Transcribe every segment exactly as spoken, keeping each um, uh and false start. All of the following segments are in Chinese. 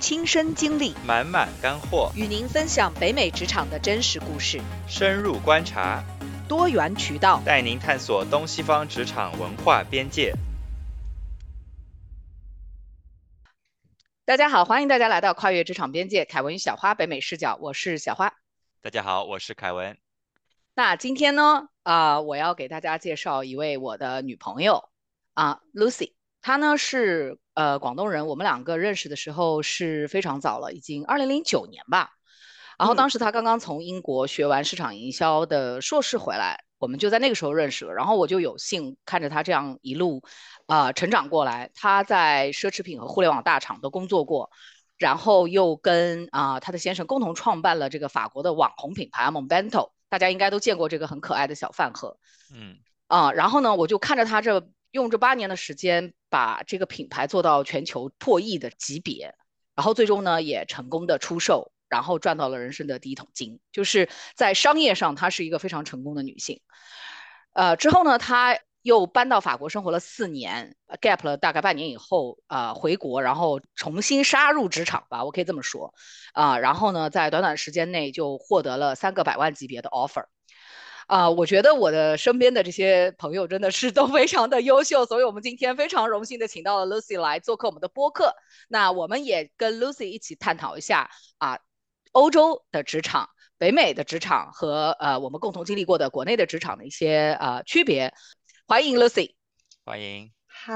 亲身经历， 满满干货， 与您分享北美职场的真实故事， 深入观察， 多元渠道， 带您探索东西方职场文化边界。 大家好，欢迎大家来到跨越职场边界，凯文与小花北美视角，我是小花。 大家好，我是凯文。 那今天呢，啊、呃，我要给大家介绍一位我的女朋友啊、呃、，Lucy。她呢是呃广东人，我们两个认识的时候是非常早了，已经二零零九年吧。然后当时她刚刚从英国学完市场营销的硕士回来，我们就在那个时候认识了。然后我就有幸看着她这样一路啊、呃、成长过来。她在奢侈品和互联网大厂都工作过。然后又跟啊、呃、他的先生共同创办了这个法国的网红品牌 Momento， 大家应该都见过这个很可爱的小饭盒。 嗯啊、呃，然后呢，我就看着他这用这八年的时间把这个品牌做到全球破亿的级别，然后最终呢也成功的出售，然后赚到了人生的第一桶金，就是在商业上她是一个非常成功的女性。呃，之后呢，她又搬到法国生活了四年，gap 了大概半年以后，啊、呃，回国，然后重新杀入职场吧，我可以这么说，啊、呃，然后呢，在短短时间内就获得了三个百万级别的 offer。啊、呃，我觉得我的身边的这些朋友真的是都非常的优秀，所以我们今天非常荣幸的请到了 Lucy 来做客我们的播客。那我们也跟 Lucy 一起探讨一下啊，欧洲的职场、北美的职场和呃我们共同经历过的国内的职场的一些呃区别。欢迎 Lucy。 欢迎。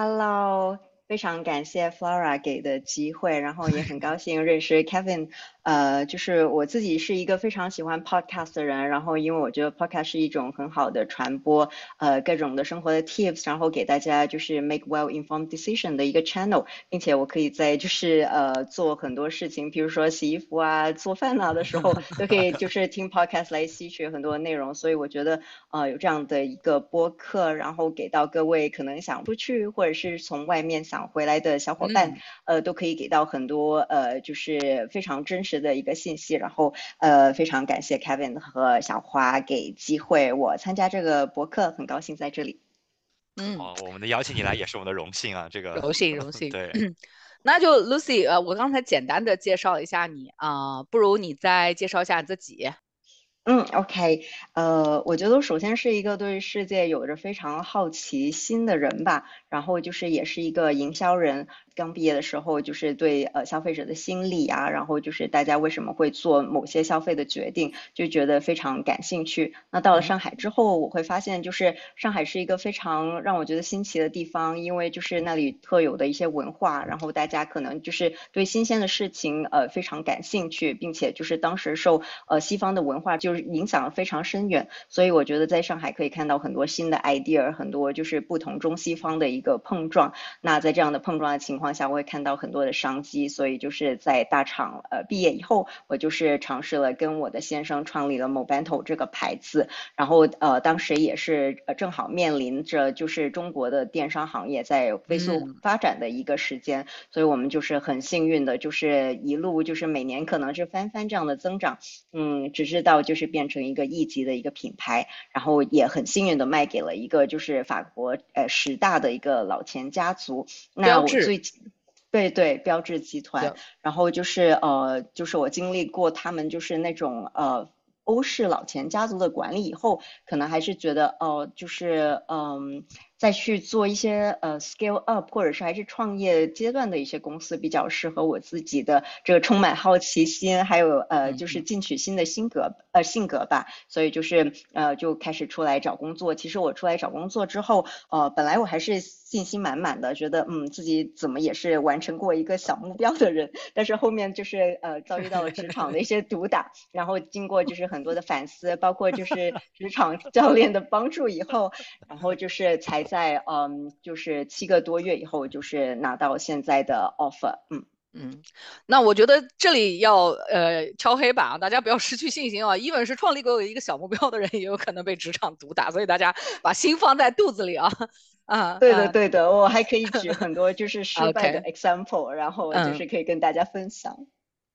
Hello，非常感谢 Flora 给的机会，然后也很高兴认识 Kevin。呃，就是我自己是一个非常喜欢 podcast 的人，然后因为我觉得 podcast 是一种很好的传播呃各种的生活的 tips， 然后给大家就是 make well informed decision 的一个 channel， 并且我可以在就是呃做很多事情，比如说洗衣服啊、做饭啊的时候，都可以就是听 podcast 来吸取很多内容，所以我觉得呃有这样的一个播客，然后给到各位可能想出去或者是从外面想回来的小伙伴，嗯、呃都可以给到很多呃就是非常真实的一个信息，然后呃非常感谢 Kevin 和小花给机会我参加这个博客，很高兴在这里。 嗯，哦，我们的邀请你来也是我们的荣幸啊，这个荣幸荣幸。 对， 那就 Lucy， 呃，我刚才简单的介绍一下你啊、呃，不如你再介绍一下自己。 嗯 ，OK， 呃，我觉得首先是一个对世界有着非常好奇心的人吧，然后就是也是一个营销人。刚毕业的时候，就是对呃消费者的心理啊，然后就是大家为什么会做某些消费的决定，就觉得非常感兴趣。那到了上海之后，我会发现就是上海是一个非常让我觉得新奇的地方，因为就是那里特有的一些文化，然后大家可能就是对新鲜的事情呃非常感兴趣，并且就是当时受呃西方的文化就是影响非常深远，所以我觉得在上海可以看到很多新的 idea， 很多就是不同中西方的一个碰撞。那在这样的碰撞的情况下，我会看到很多的商机，所以就是在大厂呃毕业以后，我就是尝试了跟我的先生创立了 Momento 这个牌子，然后呃当时也是呃正好面临着就是中国的电商行业在飞速发展的一个时间，嗯、所以我们就是很幸运的，就是一路就是每年可能是翻番这样的增长，嗯，直至到就是变成一个亿级的一个品牌，然后也很幸运的卖给了一个就是法国呃十大的一个老钱家族。那我最对对，标致集团，然后就是呃，就是我经历过他们就是那种呃欧式老钱家族的管理以后，可能还是觉得哦、呃，就是嗯。再去做一些呃 scale up 或者是还是创业阶段的一些公司比较适合我自己的这个充满好奇心，还有呃就是进取心的性格呃性格吧，所以就是呃就开始出来找工作。其实我出来找工作之后，呃本来我还是信心满满的，觉得嗯自己怎么也是完成过一个小目标的人，但是后面就是呃遭遇到了职场的一些毒打，然后经过就是很多的反思，包括就是职场教练的帮助以后，然后就是才在嗯，就是七个多月以后，就是拿到现在的 offer， 嗯嗯，那我觉得这里要呃敲黑板啊，大家不要失去信心啊。even 是创立过一个小目标的人，也有可能被职场毒打，所以大家把心放在肚子里啊。啊， 对的对的，我还可以举很多就是失败的 okay, example， 然后就是可以跟大家分享。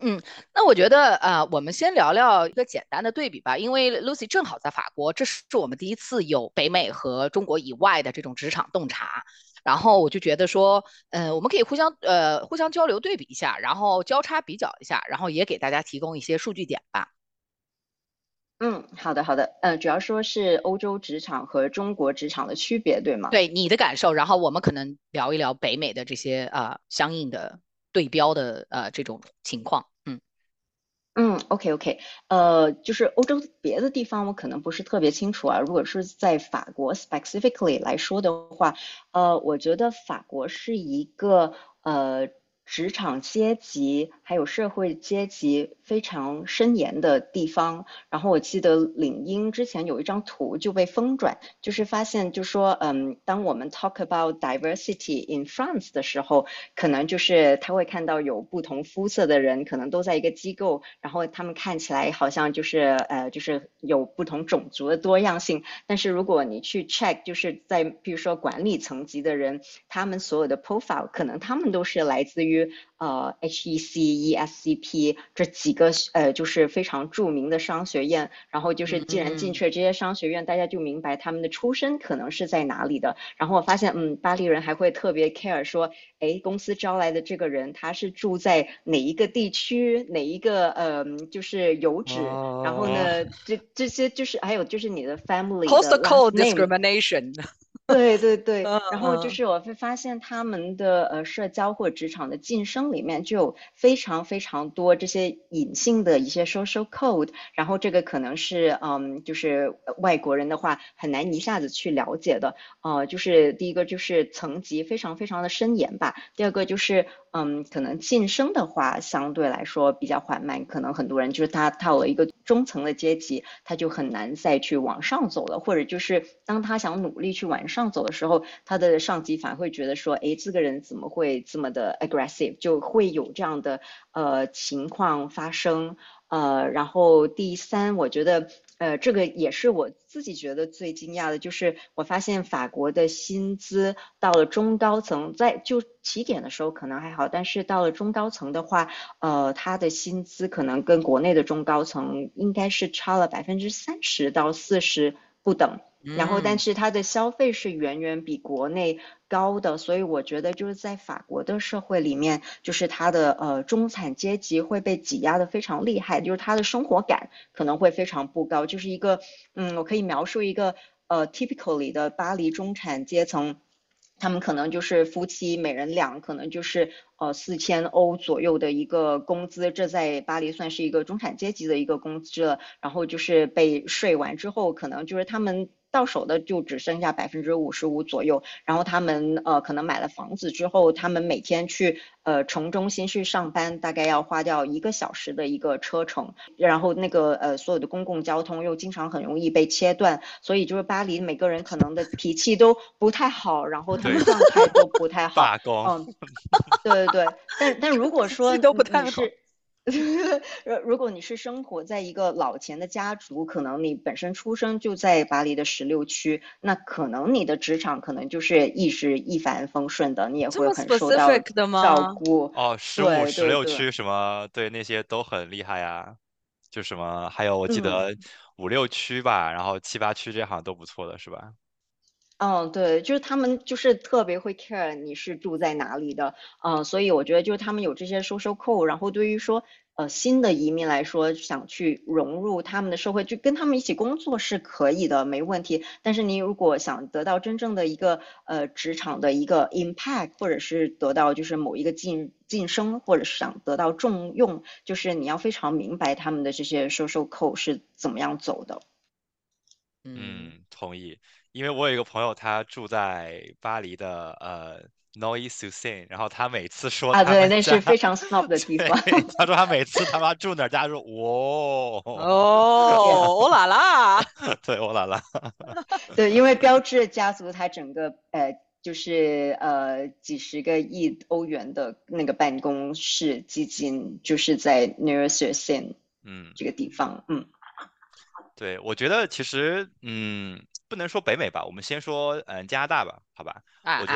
嗯，那我觉得啊、呃我们先聊聊一个简单的对比吧，因为 Lucy 正好在法国，这是我们第一次有北美和中国以外的这种职场洞察。然后我就觉得说，呃，我们可以互相呃互相交流对比一下，然后交叉比较一下，然后也给大家提供一些数据点吧。 嗯，好的好的，嗯，主要说是欧洲职场和中国职场的区别，对吗？ 对你的感受，然后我们可能聊一聊北美的这些啊、呃相应的对标的呃这种情况。嗯。 嗯，OK OK，呃，就是欧洲别的地方我可能不是特别清楚啊。如果是在法国 specifically 来说的话，呃，我觉得法国是一个呃职场阶级还有社会阶级非常森严的地方。然后我记得领英之前有一张图就被疯转，就是发现就说，嗯，当我们 talk about diversity in France 的时候，可能就是他会看到有不同肤色的人，可能都在一个机构，然后他们看起来好像就是呃就是有不同种族的多样性。但是如果你去 check，就是在比如说管理层级的人，他们所有的 profile 可能他们都是来自于呃 H E C、E S C P 这几个呃就是非常著名的商学院，然后就是既然进嗯。 去了这些商学院，大家就明白他们的出身可能是在哪里的。然后我发现，嗯，巴黎人还会特别 care 说，哎，公司招来的这个人他是住在哪一个地区，哪一个呃就是油脂，然后哦， 呢，这这些就是还有就是你的 family 的 Postal last name。 discrimination。 对对对， 嗯然后就嗯。 是我会发现他们的呃社交或职场的晋升里面就有非常非常多这些隐性的一些 social code，然后这个可能是嗯就是外国人的话很难一下子去了解的。呃就是第一个就是层级非常非常的森严吧，第二个就是嗯可能晋升的话相对来说比较缓慢，可能很多人就是他到了一个中层的阶级，他就很难再去往上走了，或者就是当他想努力去往上走的时候，他的上级反而会觉得说，哎，这个人怎么会这么的 aggressive，就会有这样的呃情况发生。呃，然后第三，我觉得，呃，这个也是我自己觉得最惊讶的，就是我发现法国的薪资到了中高层，在就起点的时候可能还好，但是到了中高层的话，呃，他的薪资可能跟国内的中高层应该是差了百分之三十到四十不等。然后，但嗯。 是它的消费是远远比国内高的，所以我觉得就是在法国的社会里面，就是它的呃中产阶级会被挤压的非常厉害，就是他的生活感可能会非常不高，就是一个嗯，我可以描述一个呃 typically 的巴黎中产阶层。他们可能就是夫妻每人两，可能就是呃四千欧左右的一个工资，这在巴黎算是一个中产阶级的一个工资了。然后就是被税完之后，可能就是他们到手的就只剩下百分之五十五左右。然后他们呃可能买了房子之后，他们每天去呃城中心去上班，大概要花掉一个小时的一个车程。然后那个呃所有的公共交通又经常很容易被切断，所以就是巴黎每个人可能的脾气都不太好，然后他们对， 状态都不太好。 罢工。 嗯，对对对，但但如果说脾气都不太好。 你是，如如果你是生活在一个老钱的家族，可能你本身出生就在巴黎的十六区，那可能你的职场可能就是一直一帆风顺的，你也会这么很受到 specific 的照吗？ 顾。 哦，十五、 对对对， 十六区什么，对，那些都很厉害呀。就什么，还有我记嗯。 得五六区吧，然后七八区这好像都不错的是吧？ 嗯，对，就是他们就是特别会 care 你是住在哪里的。嗯，所以我觉得就是他们有这些 social code，然后对于说呃新的移民来说，想去融入他们的社会，就跟他们一起工作是可以的，没问题。但是你如果想得到真正的一个呃职场的一个 impact，或者是得到就是某一个晋晋升，或者是想得到重用，就是你要非常明白他们的这些 social code 是怎么样走的。 嗯。 嗯，同意。因为我有一个朋友，他住在巴黎的呃 Neuilly-sur-Seine，然后他每次说啊，对，那他们家， 是非常 snob 的地方。 对，他说他每次他妈住哪儿，家说哇， Yeah。 哦，欧啦啦。 对我来了。 对，因为标志家族它整个呃就是呃几十个亿欧元的那个办公室基金，就是在 n e u r s u r s e n 嗯。 这个地方。嗯对，我觉得其实，嗯，不能说北美吧，我们先说，嗯，加拿大吧，好吧？ 啊啊。 我觉得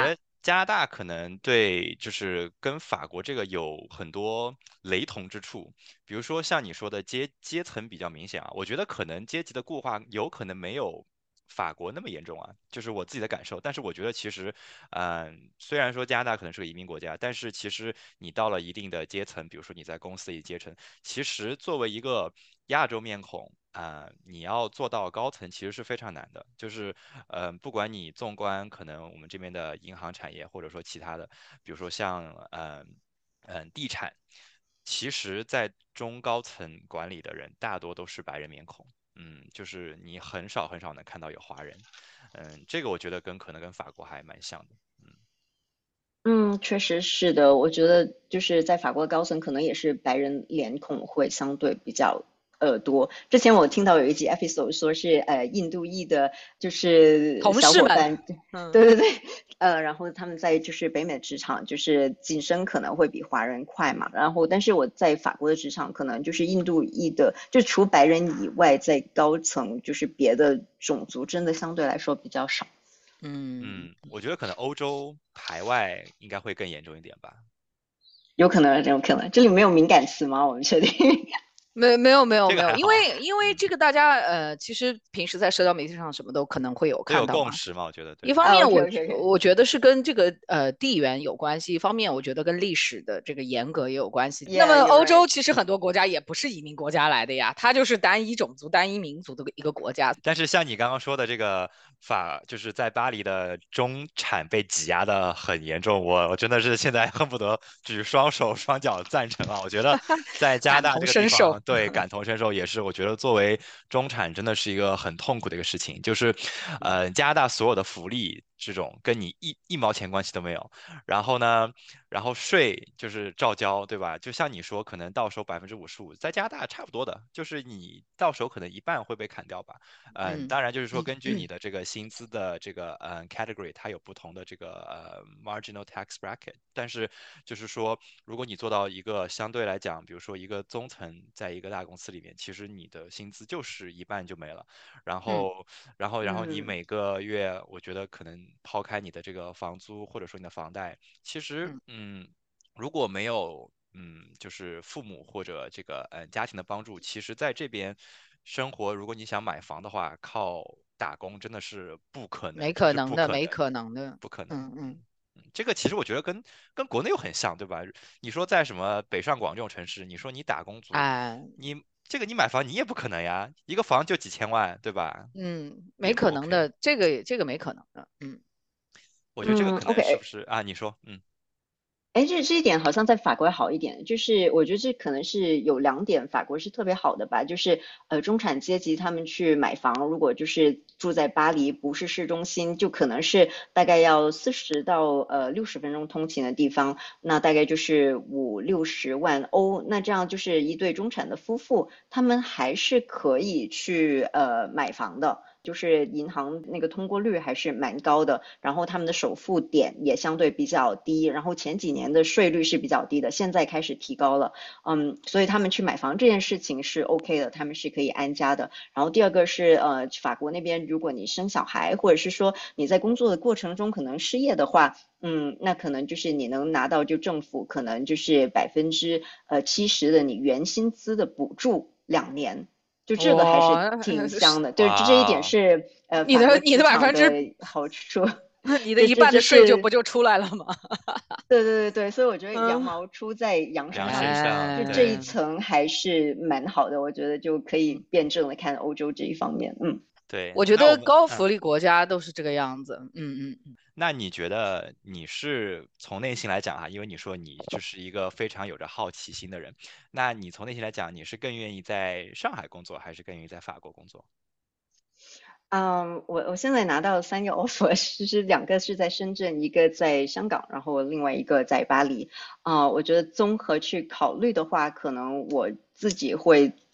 加拿大可能对就是跟法国这个有很多雷同之处，比如说像你说的阶阶层比较明显啊，我觉得可能阶级的固化有可能没有法国那么严重啊，就是我自己的感受。但是我觉得其实，嗯，虽然说加拿大可能是个移民国家，但是其实你到了一定的阶层，比如说你在公司里阶层，其实作为一个亚洲面孔啊、呃你要做到高层其实是非常难的。就是，呃，不管你纵观可能我们这边的银行产业，或者说其他的，比如说像嗯嗯、呃呃地产，其实在中高层管理的人大多都是白人面孔。嗯，就是你很少很少能看到有华人。嗯，这个我觉得跟可能跟法国还蛮像的。嗯， 嗯，确实是的。我觉得就是在法国高层可能也是白人脸孔会相对比较呃多。之前我听到有一集 episode 说是呃印度裔的，就是同事们， 小伙伴， 嗯。 对对对，呃，然后他们在就是北美职场就是晋升可能会比华人快嘛。然后但是我在法国的职场可能就是印度裔的，就除白人以外，在高层就是别的种族真的相对来说比较少。 嗯， 嗯，我觉得可能欧洲排外应该会更严重一点吧。 有可能，有可能，这里没有敏感词吗？我们确定？ 没没有没有没有， 这个还好。 因为因为嗯， 这个大家呃，其实平时在社交媒体上什么都可能会有都有看到嘛。 共识嘛，我觉得对。 啊，OK 一方面我 OK OK， 我觉得是跟这个呃地缘有关系，一方面我觉得跟历史的这个严格也有关系。那 Yeah, 么 you're 欧洲 right. 其实很多国家也不是移民国家来的呀，它就是单一种族、单一民族的一个国家。 但是像你刚刚说的这个法，就是在巴黎的中产被挤压的很严重，我我真的是现在恨不得举双手双脚赞成啊！我觉得在加拿大感同这个地方， 身受。 对，感同身受也是，我觉得作为中产真的是一个很痛苦的一个事情，就是呃加拿大所有的福利这种跟你一一毛钱关系都没有，然后呢，然后税就是照交，对吧？就像你说，可能到手百分之五十五，在加拿大差不多的，就是你到手可能一半会被砍掉吧。嗯， 嗯当然就是说，根据你的这个薪资的这个嗯 category，它有不同的这个呃 marginal tax bracket。但是就是说，如果你做到一个相对来讲，比如说一个中层，在一个大公司里面，其实你的薪资就是一半就没了。然嗯后，然后，然后你嗯每个月，我觉得可能抛开你的这个房租或者说你的房贷，其实嗯， 嗯，如果没有嗯，就是父母或者这个呃家庭的帮助，其实在这边生活，如果你想买房的话，靠打工真的是不可能， 没就是可能的， 不可能， 没可能的。 不可能。 嗯嗯， 嗯嗯，这个其实我觉得跟跟国内又很像，对吧？你说在什么北上广这种城市，你说你打工族， 哎， 你这个你买房你也不可能呀，一个房就几千万，对吧？ 嗯，没也不可能 OK。 的，这个这个没可能的。嗯。 我觉得这个嗯可能是不 ，OK， 是啊？你说，嗯。 哎，这这一点好像在法国好一点，就是我觉得这可能是有两点法国是特别好的吧，就是呃中产阶级他们去买房，如果就是住在巴黎不是市中心，就可能是大概要四十到呃六十分钟通勤的地方，那大概就是五六十万欧，那这样就是一对中产的夫妇，他们还是可以去呃买房的。就是银行那个通过率还是蛮高的，然后他们的首付点也相对比较低，然后前几年的税率是比较低的，现在开始提高了，嗯，所以他们去买房这件事情是 OK 的，他们是可以安家的。然后第二个是呃，法国那边如果你生小孩，或者是说你在工作的过程中可能失业的话，嗯，那可能就是你能拿到就政府可能就是百分之呃七十的你原薪资的补助两年。就这个还是哇， 挺是香的，对，这这一点哇， 是呃你的法国你的百职场分之， 的好处， 你的这这一半的税就不这是就出来了吗？ 对对对对，所以我觉得羊嗯， 毛出在羊身羊上， 身上， 就这一对。 哎， 层还是蛮好的，我觉得就可以嗯， 辩证的看欧洲这一方面，嗯。 对， 我觉那我们， 得高嗯， 福利国家都是这个样子。嗯嗯嗯。 那你觉得你是从内心来讲哈，因为你说你就是一个非常有着好奇心的人，那你从内心来讲，你是更愿意在上海工作，还是更愿意在法国工作？ 嗯，我我现在拿到三个 offer，其实两个是在深圳，一个在香港，然后另外一个在巴黎。啊、我觉得综合去考虑的话，可能我自己会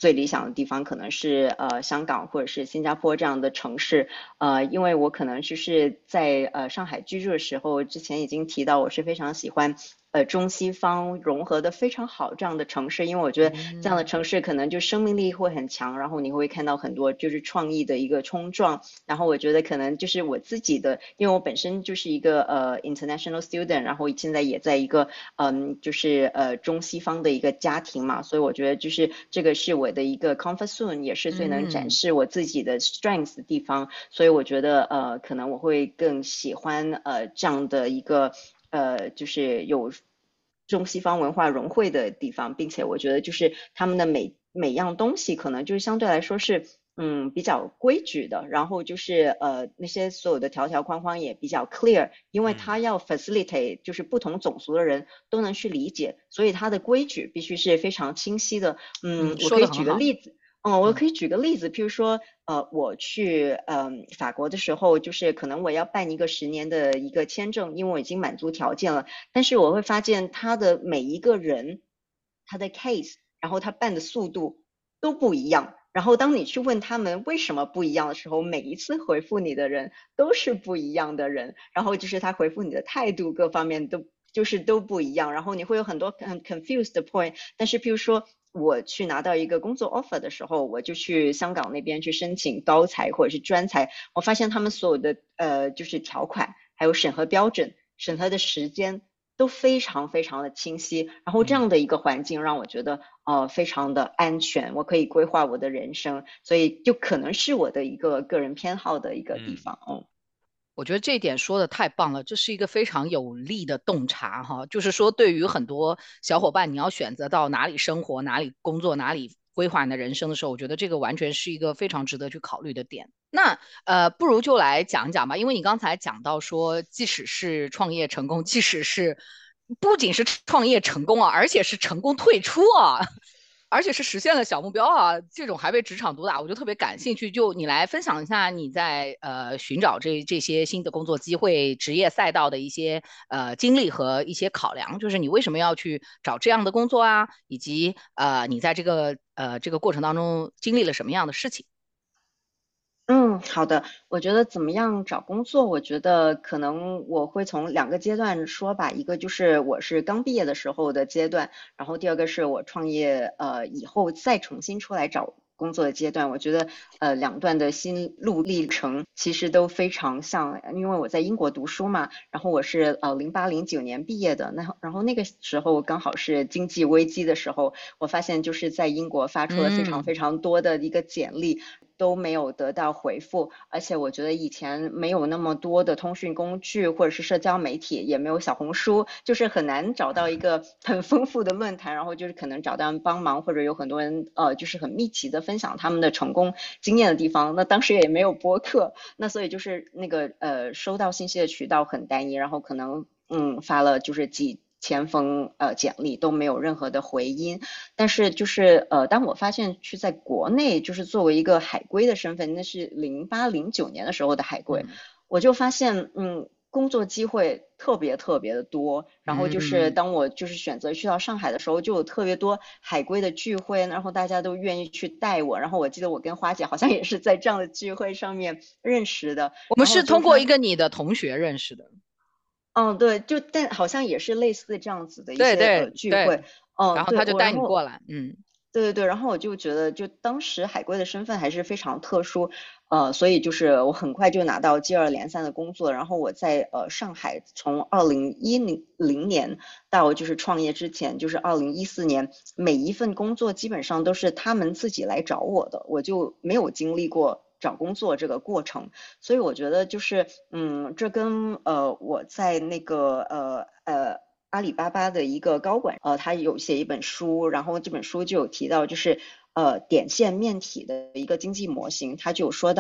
最理想的地方可能是呃香港或者是新加坡这样的城市，呃，因为我可能就是在呃上海居住的时候，之前已经提到我是非常喜欢呃中西方融合的非常好这样的城市，因为我觉得这样的城市可能就生命力会很强，然后你会看到很多就是创意的一个冲撞，然后我觉得可能就是我自己的，因为我本身就是一个呃 international student，然后现在也在一个嗯就是呃中西方的一个家庭嘛，所以我觉得就是这个是我的一个 comfort zone，也是最能展示我自己的 strength 的地方，所以我觉得呃可能我会更喜欢呃这样的一个呃就是有中西方文化融汇的地方，并且我觉得就是他们的每每样东西可能就是相对来说是嗯比较规矩的，然后就是呃那些所有的条条框框也比较 clear， 因为它要 facilitate 就是不同种族的人都能去理解，所以它的规矩必须是非常清晰的。嗯，我可以举个例子。嗯，我可以举个例子，譬如说，呃，我去嗯、呃、法国的时候，就是可能我要办一个十年的一个签证，因为我已经满足条件了，但是我会发现他的每一个人，他的 case，然后他办的速度都不一样。然后当你去问他们为什么不一样的时候，每一次回复你的人都是不一样的人，然后就是他回复你的态度各方面都就是都不一样，然后你会有很多很 confused 的 point。但是譬如说我去拿到一个工作 offer 的时候，我就去香港那边去申请高才或者是专才，我发现他们所有的呃就是条款还有审核标准、审核的时间都非常非常的清晰，然后这样的一个环境让我觉得呃非常的安全，我可以规划我的人生，所以就可能是我的一个个人偏好的一个地方。嗯， 我觉得这一点说的太棒了，这是一个非常有力的洞察哈。就是说，对于很多小伙伴，你要选择到哪里生活、哪里工作、哪里规划你的人生的时候，我觉得这个完全是一个非常值得去考虑的点。那呃，不如就来讲一讲吧，因为你刚才讲到说，即使是创业成功，即使是不仅是创业成功啊，而且是成功退出啊，而且是实现了小目标啊，这种还被职场毒打，我就特别感兴趣。就你来分享一下你在呃寻找这这些新的工作机会、职业赛道的一些呃经历和一些考量，就是你为什么要去找这样的工作啊，以及呃你在这个呃这个过程当中经历了什么样的事情？ 嗯，好的。我觉得怎么样找工作，我觉得可能我会从两个阶段说吧。一个就是我是刚毕业的时候的阶段，然后第二个是我创业呃以后再重新出来找工作的阶段。我觉得呃两段的心路历程其实都非常像，因为我在英国读书嘛，然后我是呃零八零九年毕业的，那然后那个时候刚好是经济危机的时候，我发现就是在英国发出了非常非嗯。 常多的一个简历。都没有得到回复，而且我觉得以前没有那么多的通讯工具或者是社交媒体，也没有小红书，就是很难找到一个很丰富的论坛，然后就是可能找到人帮忙，或者有很多人呃就是很密集的分享他们的成功经验的地方。那当时也没有播客，那所以就是那个呃收到信息的渠道很单一，然后可能嗯发了就是几千封呃简历都没有任何的回音。但是就是呃，当我发现去在国内，就是作为一个海归的身份，那是零八零九年的时候的海归， 嗯我就发现嗯，工作机会特别特别的多。然后就是嗯。 当我就是选择去到上海的时候，就有特别多海归的聚会，然后大家都愿意去带我。然后我记得我跟花姐好像也是在这样的聚会上面认识的， 我们然后是通过就发一个你的同学认识的。 嗯，对，就但好像也是类似这样子的一对些呃对对， 聚会。嗯，对， 然后他就我然后带你过来。嗯对对对，然后我就觉得，就当时海归的身份还是非常特殊，呃，所以就是我很快就拿到接二连三的工作，然后我在呃上海从二零一零零年到就是创业之前，就是二零一四年，每一份工作基本上都是他们自己来找我的，我就没有经历过找工作这个过程，所以我觉得就是，嗯，这跟呃我在那个呃呃。阿里巴巴的一个高管，呃，他有写一本书，然后这本书就有提到，就是呃点线面体的一个经济模型，他就有说到，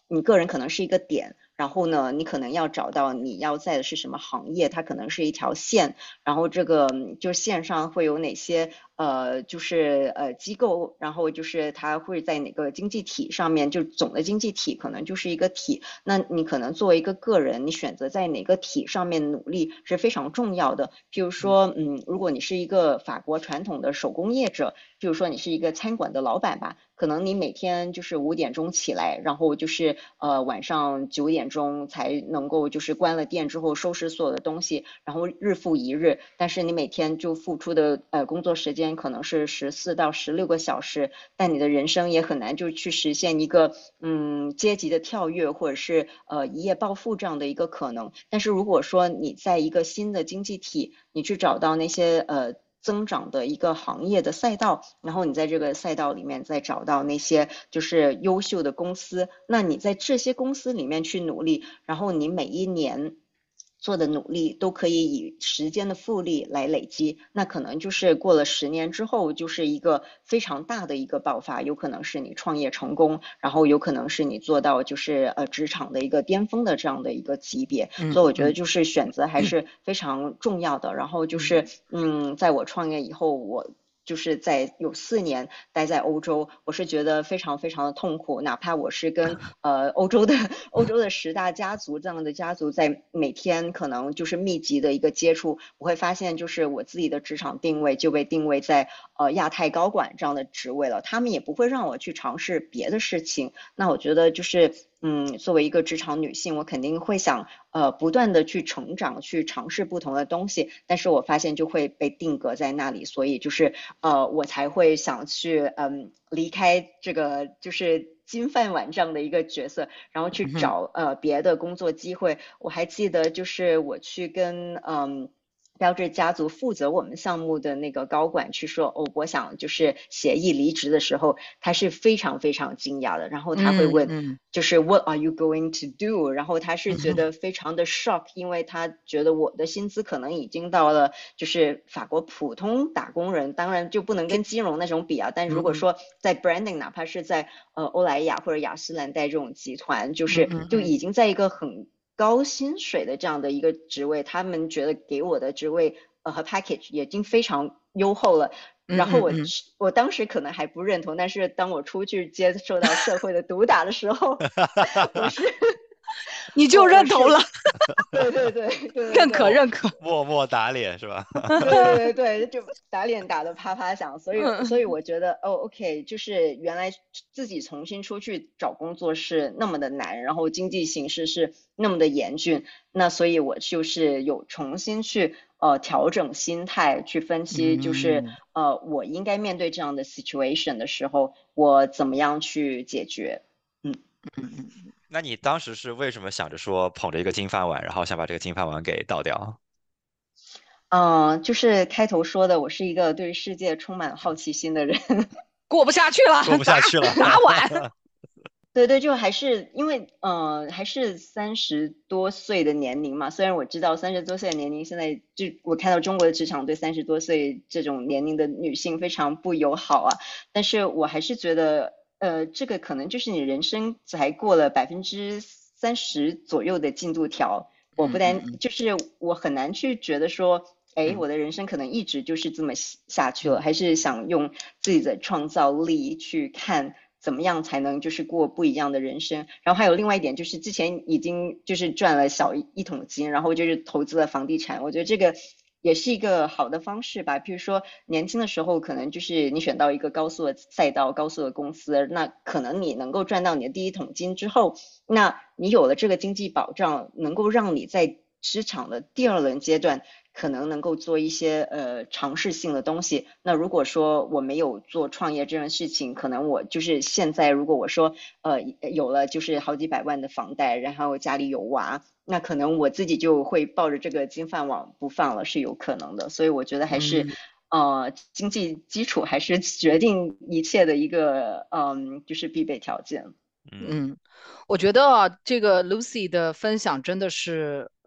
你个人可能是一个点，然后呢，你可能要找到你要在的是什么行业，它可能是一条线，然后这个就线上会有哪些呃，就是呃机构，然后就是它会在哪个经济体上面，就总的经济体可能就是一个体，那你可能作为一个个人，你选择在哪个体上面努力是非常重要的。譬如说，嗯，如果你是一个法国传统的手工业者，譬如说你是一个餐馆的老板吧，可能你每天就是五点钟起来，然后就是呃晚上九点钟才能够就是关了店之后收拾所有的东西，然后日复一日，但是你每天就付出的呃工作时间可能是十四到十六个小时，但你的人生也很难就去实现一个嗯阶级的跳跃，或者是呃一夜暴富这样的一个可能。但是如果说你在一个新的经济体，你去找到那些呃增长的一个行业的赛道，然后你在这个赛道里面再找到那些就是优秀的公司，那你在这些公司里面去努力，然后你每一年做的努力都可以以时间的复利来累积，那可能就是过了十年之后，就是一个非常大的一个爆发，有可能是你创业成功，然后有可能是你做到就是呃职场的一个巅峰的这样的一个级别，所以我觉得就是选择还是非常重要的。然后就是嗯，在我创业以后，我就是在有四年待在欧洲，我是觉得非常非常的痛苦，哪怕我是跟呃欧洲的欧洲的十大家族这样的家族在每天可能就是密集的一个接触，我会发现就是我自己的职场定位就被定位在呃亚太高管这样的职位了，他们也不会让我去尝试别的事情。那我觉得就是嗯，作为一个职场女性，我肯定会想呃不断的去成长，去尝试不同的东西，但是我发现就会被定格在那里，所以就是呃我才会想去嗯离开这个就是金饭碗这样的一个角色，然后去找呃别的工作机会。我还记得就是我去跟嗯。标致家族负责我们项目的那个高管去说，哦，我想就是协议离职的时候，他是非常非常惊讶的，然后他会问， 嗯就是 What are you going to do？然后他是觉得非常的 shock，因为他觉得我的薪资可能已经到了就是法国普通打工人，当然就不能跟金融那种比啊，但如果说在 branding，哪怕是在呃欧莱雅或者雅诗兰黛这种集团，就是就已经在一个很高薪水的这样的一个职位，他们觉得给我的职位呃和 package 已经非常优厚了。然后我我当时可能还不认同，但是当我出去接受到社会的毒打的时候，我是你就认同了， 对对对对， 认可认可， 默默打脸是吧？ 对对对对，就打脸打得啪啪响，所以所以我觉得哦 OK，就是原来自己重新出去找工作是那么的难，然后经济形势是那么的严峻，那所以我就是有重新去呃调整心态，去分析就是呃我应该面对这样的 situation 的时候，我怎么样去解决。嗯嗯嗯，那你当时是为什么想着说捧着一个金饭碗，然后想把这个金饭碗给倒掉？ 嗯、呃，就是开头说的，我是一个对世界充满好奇心的人。 过不下去了， 过不下去了， 打碗。 对对，就还是因为呃，还是三十多岁的年龄嘛。虽然我知道三十多岁的年龄，现在就我看到中国的职场对三十多岁这种年龄的女性非常不友好啊，但是我还是觉得，呃，这个可能就是你人生才过了百分之三十左右的进度条。我不但就是我很难去觉得说，哎，我的人生可能一直就是这么下去了，还是想用自己的创造力去看。怎么样才能就是过不一样的人生？然后还有另外一点就是之前已经就是赚了小一一桶金，然后就是投资了房地产，我觉得这个也是一个好的方式吧。譬如说年轻的时候可能就是你选到一个高速的赛道、高速的公司，那可能你能够赚到你的第一桶金之后，那你有了这个经济保障，能够让你在职场的第二轮阶段可能能够做一些呃尝试性的东西。那如果说我没有做创业这件事情，可能我就是现在如果我说呃有了就是好几百万的房贷，然后家里有娃，那可能我自己就会抱着这个金饭碗不放了，是有可能的。所以我觉得还是、嗯、呃经济基础还是决定一切的一个嗯就是必备条件。 嗯，我觉得啊，这个 Lucy 的分享真的是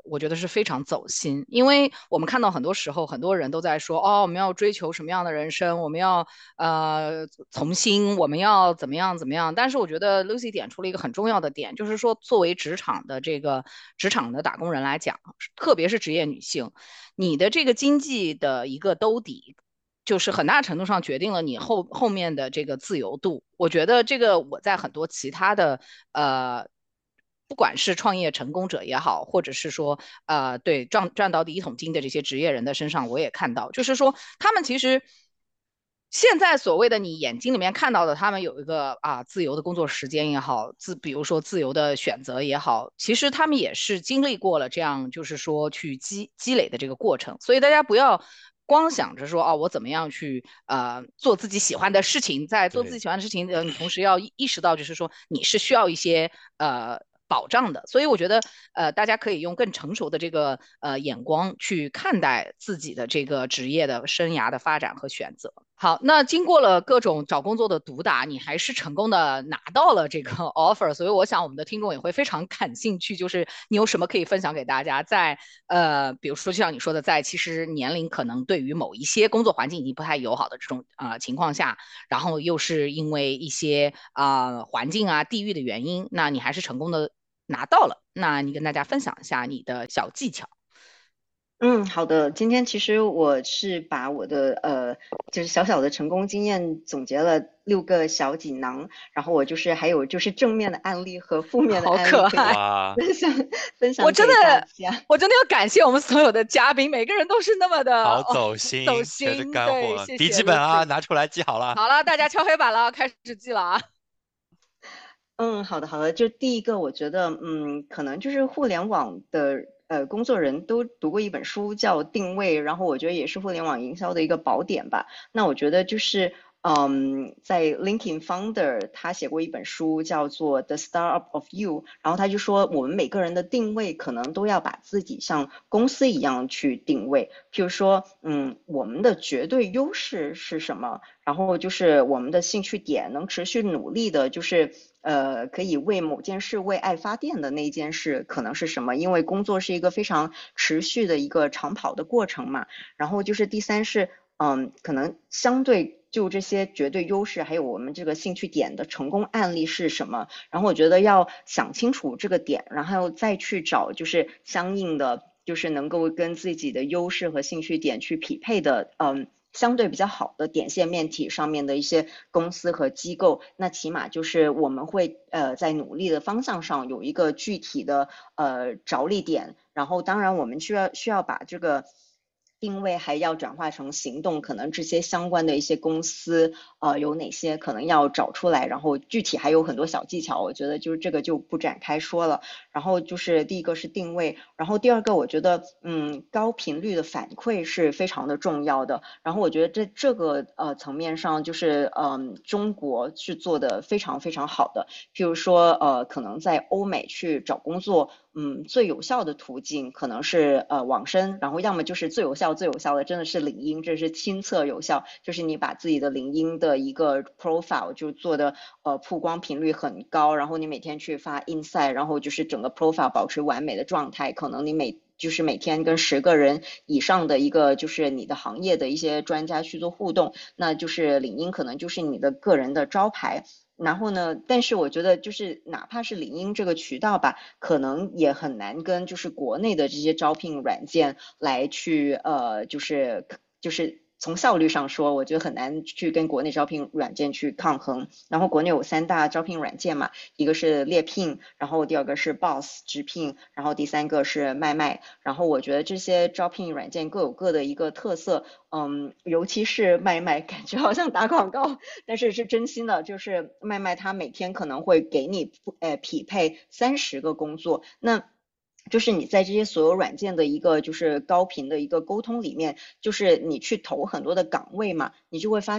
我觉得是非常走心，因为我们看到很多时候很多人都在说，哦，我们要追求什么样的人生，我们要呃从心，我们要怎么样怎么样。但是我觉得 Lucy 点出了一个很重要的点，就是说作为职场的这个职场的打工人来讲，特别是职业女性，你的这个经济的一个兜底。就是很大程度上决定了你后后面的这个自由度。我觉得这个我在很多其他的呃，不管是创业成功者也好，或者是说呃对赚赚到第一桶金的这些职业人的身上，我也看到，就是说他们其实。现在所谓的你眼睛里面看到的，他们有一个啊自由的工作时间也好，自比如说自由的选择也好，其实他们也是经历过了这样，就是说去积积累的这个过程。所以大家不要光想着说哦，我怎么样去呃做自己喜欢的事情，在做自己对， 喜欢的事情，呃，你同时要意识到，就是说你是需要一些呃保障的。所以我觉得，呃，大家可以用更成熟的这个呃眼光去看待自己的这个职业的生涯的发展和选择。好，那经过了各种找工作的毒打，你还是成功的拿到了这个 offer，所以我想我们的听众也会非常感兴趣，就是你有什么可以分享给大家，在呃，比如说就像你说的，在其实年龄可能对于某一些工作环境已经不太友好的这种啊、呃、情况下，然后又是因为一些啊、呃、环境啊地域的原因，那你还是成功的拿到了。那你跟大家分享一下你的小技巧。 嗯，好的。今天其实我是把我的呃，就是小小的成功经验总结了六个小锦囊，然后我就是还有就是正面的案例和负面的好案例可以可爱！ 哇， 分享分我享给大真的， 家。 我真的要感谢我们所有的嘉宾，每个人都是那么的哦好走走心，全是心。对， 干货，笔谢谢记本啊， Lucy。 拿出来记好了。 好了，大家敲黑板了，开始记了啊。 嗯，好的好的。就第一个，我觉得，嗯，可能就是互联网的呃工作人都读过一本书叫《定位》，然后我觉得也是互联网营销的一个宝典吧。那我觉得就是，嗯，在 LinkedIn Founder 他写过一本书叫做《The Startup of You》，然后他就说我们每个人的定位可能都要把自己像公司一样去定位，譬如说，嗯，我们的绝对优势是什么？然后就是我们的兴趣点，能持续努力的，就是呃，可以为某件事为爱发电的那件事可能是什么？因为工作是一个非常持续的一个长跑的过程嘛。然后就是第三是，嗯，可能相对就这些绝对优势，还有我们这个兴趣点的成功案例是什么？然后我觉得要想清楚这个点，然后再去找就是相应的，就是能够跟自己的优势和兴趣点去匹配的，嗯。相对比较好的点线面体上面的一些公司和机构，那起码就是我们会呃在努力的方向上有一个具体的呃着力点，然后当然我们需要需要把这个定位还要转化成行动，可能这些相关的一些公司呃有哪些可能要找出来，然后具体还有很多小技巧，我觉得就是这个就不展开说了。然后就是第一个是定位，然后第二个我觉得嗯高频率的反馈是非常的重要的。然后我觉得这这个呃层面上就是嗯中国是做的非常非常好的，譬如说呃可能在欧美去找工作，嗯最有效的途径可能是呃网申，然后要么就是最有效最有效的真的是领英，这是亲测有效，就是你把自己的领英的一个 profile 就做的呃曝光频率很高，然后你每天去发 insight，然后就是整个 profile 保持完美的状态，可能你每就是每天跟十个人以上的一个就是你的行业的一些专家去做互动，那就是领英可能就是你的个人的招牌。然后呢，但是我觉得就是哪怕是领英这个渠道吧，可能也很难跟就是国内的这些招聘软件来去呃就是就是从效率上说，我觉得很难去跟国内招聘软件去抗衡。然后国内有三大招聘软件嘛，一个是猎聘，然后第二个是 Boss 直聘，然后第三个是麦麦。然后我觉得这些招聘软件各有各的一个特色，嗯，尤其是麦麦，感觉好像打广告，但是是真心的，就是麦麦它每天可能会给你呃匹配三十个工作，那就是你在这些所有软件的一个就是高频的一个沟通里面，就是你去投很多的岗位嘛，你就会发现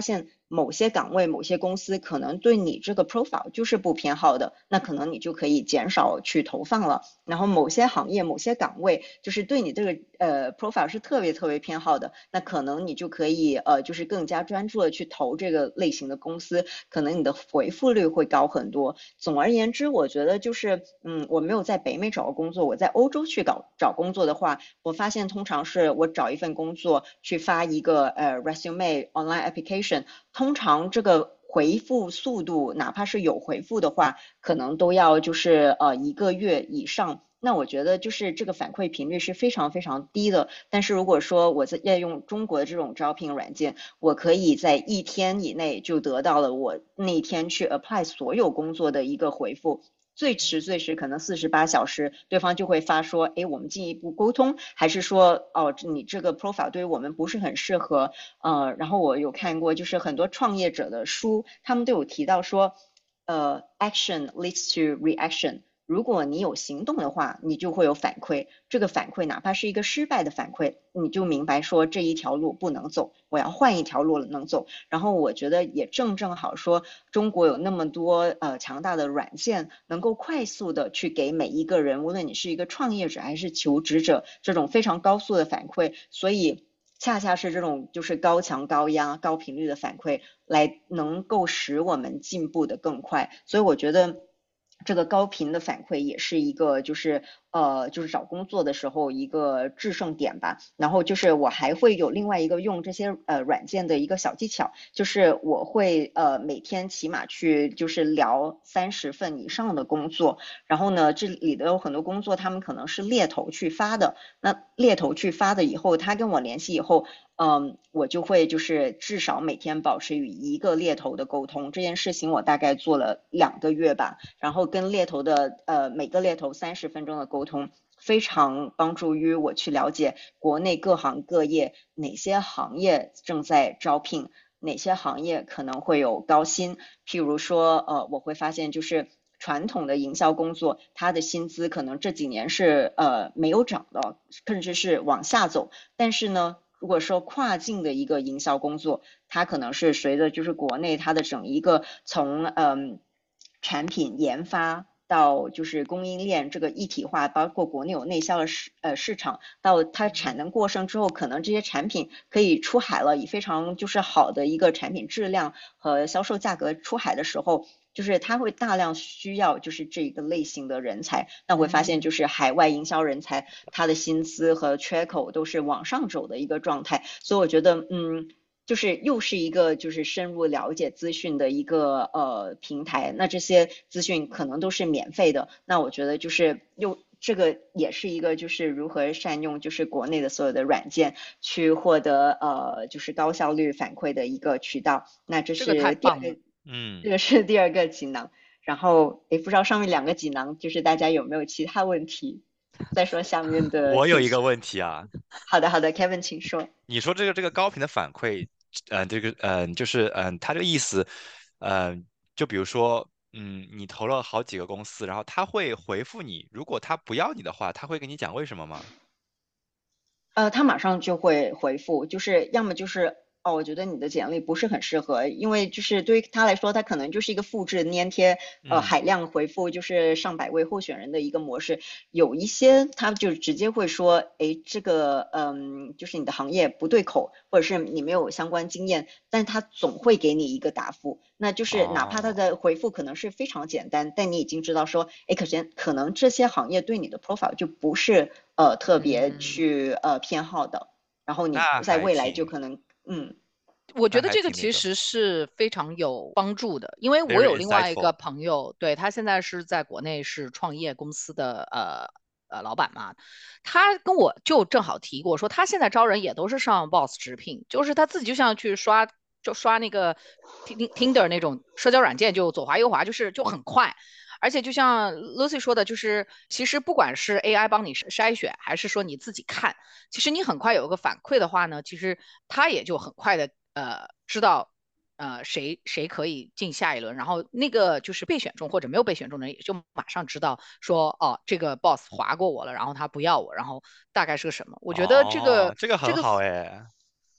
某些岗位、某些公司可能对你这个 profile 就是不偏好的，那可能你就可以减少去投放了。然后某些行业、某些岗位就是对你这个呃 profile 是特别特别偏好的，那可能你就可以呃就是更加专注的去投这个类型的公司，可能你的回复率会高很多。总而言之，我觉得就是嗯，我没有在北美找过工作，我在欧洲去搞找工作的话，我发现通常是我找一份工作去发一个呃 resume online application，通常这个回复速度，哪怕是有回复的话，可能都要就是呃一个月以上。那我觉得就是这个反馈频率是非常非常低的。但是如果说我在要用中国的这种招聘软件，我可以在一天以内就得到了我那天去 apply 所有工作的一个回复。最迟最迟可能四十八小时，对方就会发说，哎，我们进一步沟通，还是说，哦，你这个 profile 对于我们不是很适合。呃，然后我有看过，就是很多创业者的书，他们都有提到说，呃，action leads to reaction。如果你有行动的话，你就会有反馈。这个反馈哪怕是一个失败的反馈，你就明白说这一条路不能走，我要换一条路能走。然后我觉得也正正好说，中国有那么多呃强大的软件，能够快速的去给每一个人，无论你是一个创业者还是求职者，这种非常高速的反馈。所以恰恰是这种就是高强高压高频率的反馈，来能够使我们进步的更快。所以我觉得这个高频的反馈也是一个就是呃就是找工作的时候一个制胜点吧。然后就是我还会有另外一个用这些呃软件的一个小技巧，就是我会呃每天起码去就是聊三十份以上的工作。然后呢，这里的有很多工作他们可能是猎头去发的，那猎头去发的以后，他跟我联系以后，嗯，我就会就是至少每天保持与一个猎头的沟通。这件事情我大概做了两个月吧，然后跟猎头的呃每个猎头三十分钟的沟通，非常帮助于我去了解国内各行各业哪些行业正在招聘，哪些行业可能会有高薪。譬如说，呃，我会发现就是传统的营销工作，它的薪资可能这几年是呃没有涨的，甚至是往下走。但是呢，如果说跨境的一个营销工作，它可能是随着就是国内它的整一个从嗯产品研发到就是供应链这个一体化，包括国内有内销的市呃市场，到它产能过剩之后，可能这些产品可以出海了，以非常就是好的一个产品质量和销售价格出海的时候，就是它会大量需要就是这一个类型的人才。那会发现就是海外营销人才，他的薪资和缺口都是往上走的一个状态。所以我觉得，嗯。就是又是一个就是深入了解资讯的一个呃平台，那这些资讯可能都是免费的，那我觉得就是又这个也是一个就是如何善用就是国内的所有的软件去获得呃就是高效率反馈的一个渠道。那这这个太是第二棒了。 个， 嗯。 这个是第二个锦囊。然后也不知道上面两个锦囊就是大家有没有其他问题？再说下面的请说。 我有一个问题啊， 好的好的，Kevin 请说。 你说这个这个高频的反馈，嗯、这个嗯、呃就是嗯、呃他这个意思，嗯、就比如说，嗯，你投了好几个公司，然后他会回复你，如果他不要你的话，他会跟你讲为什么吗？ 呃，他马上就会回复，就是要么就是哦，我觉得你的简历不是很适合，因为就是对于他来说，他可能就是一个复制粘贴，呃， 嗯。 海量回复就是上百位候选人的一个模式。有一些他就直接会说，哎，这个嗯，就是你的行业不对口，或者是你没有相关经验，但他总会给你一个答复。那就是哪怕他哦。 的回复可能是非常简单，但你已经知道说，哎，可是可能这些行业对你的 profile 就不是呃特别嗯， 去呃偏好的，然后你那还在未来就挺， 可能嗯我觉得那还这个其挺那个实是非常有帮助的，因为我 ，very 有另外一个 insightful。 朋友，对，他现在是在国内是创业公司的呃呃老板嘛，他跟我就正好提过，说他现在招人也都是上 Boss 直聘，就是他自己就像去刷就刷那个 Tinder 那种社交软件，就左滑右滑，就是就很快。而且就像 Lucy 说的，就是其实不管是 A I 帮你筛选，还是说你自己看，其实你很快有一个反馈的话呢，其实他也就很快的呃知道呃谁谁可以进下一轮，然后那个就是被选中或者没有被选中的人也就马上知道说哦这个 boss 划过我了，然后他不要我，然后大概是个什么？我觉得这个哦，这个这个很好哎。